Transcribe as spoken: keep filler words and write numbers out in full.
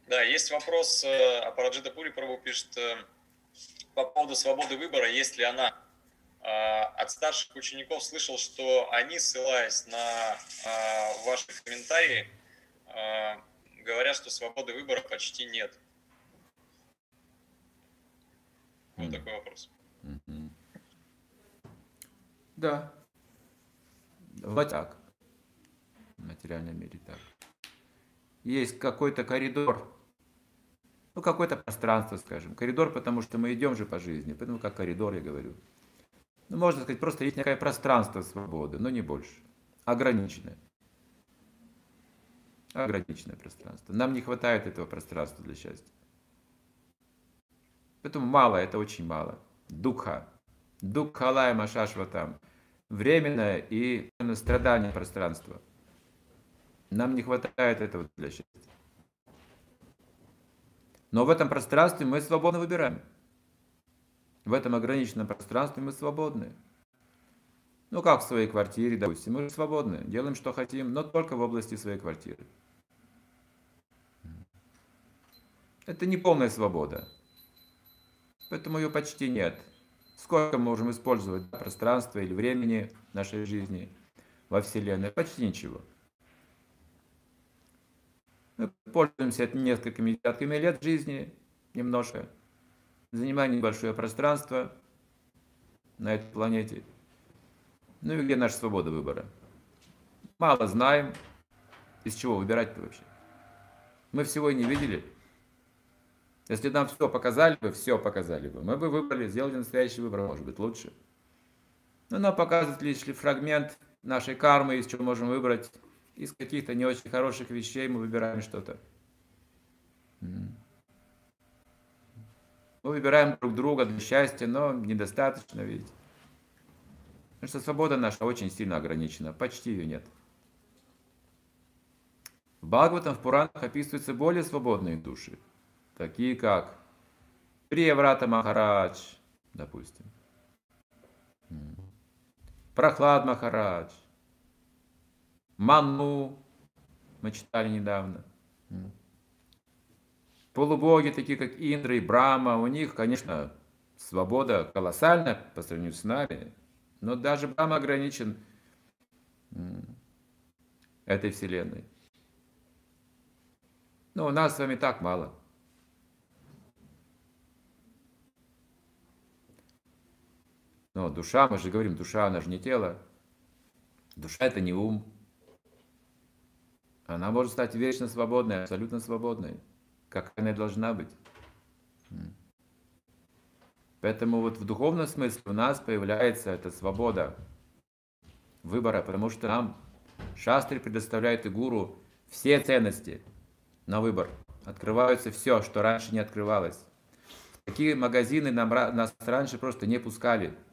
Да, есть вопрос, э, Апараджита Пури Прабhu пишет э, по поводу свободы выбора, есть ли она. А, От старших учеников слышал, что они, ссылаясь на а, ваши комментарии, а, говорят, что свободы выбора почти нет. Вот М. такой вопрос. Мгм. Да, вот так. В материальном мире так. Есть какой-то коридор, ну, какое-то пространство, скажем. Коридор, потому что мы идем же по жизни, поэтому как коридор, я говорю. Ну, можно сказать, просто есть некое пространство свободы, но не больше. Ограниченное. Ограниченное пространство. Нам не хватает этого пространства для счастья. Поэтому мало, это очень мало. Дукха. Дукхалая машашватам. Временное и страдание пространства. Нам не хватает этого для счастья. Но в этом пространстве мы свободно выбираем. В этом ограниченном пространстве мы свободны. Ну, как в своей квартире, допустим. Мы же свободны, делаем, что хотим, но только в области своей квартиры. Это не полная свобода. Поэтому ее почти нет. Сколько мы можем использовать пространства или времени в нашей жизни во Вселенной? Почти ничего. Мы пользуемся несколькими десятками лет жизни, немножко, занимая небольшое пространство на этой планете. Ну и где наша свобода выбора? Мало знаем, из чего выбирать-то вообще. Мы всего и не видели. Если нам все показали бы, все показали бы, мы бы выбрали, сделали настоящий выбор, может быть, лучше. Но нам показывает лишь фрагмент нашей кармы, из чего можем выбрать. Из каких-то не очень хороших вещей мы выбираем что-то. Мы выбираем друг друга для счастья, но недостаточно, видите. Потому что свобода наша очень сильно ограничена, почти ее нет. В Бхагаватам, в Пуранах описываются более свободные души, такие как Прияврата Махарадж, допустим, Прохлад Махарадж, Ману, мы читали недавно. Полубоги, такие как Индра и Брахма, у них, конечно, свобода колоссальная по сравнению с нами, но даже Брахма ограничен этой вселенной. Но у нас с вами так мало. Но душа, мы же говорим, душа, она же не тело. Душа – это не ум. Она может стать вечно свободной, абсолютно свободной, как она и должна быть. Поэтому вот в духовном смысле у нас появляется эта свобода выбора, потому что нам шастры предоставляют и гуру все ценности на выбор. Открываются все, что раньше не открывалось. Такие магазины нам, нас раньше просто не пускали.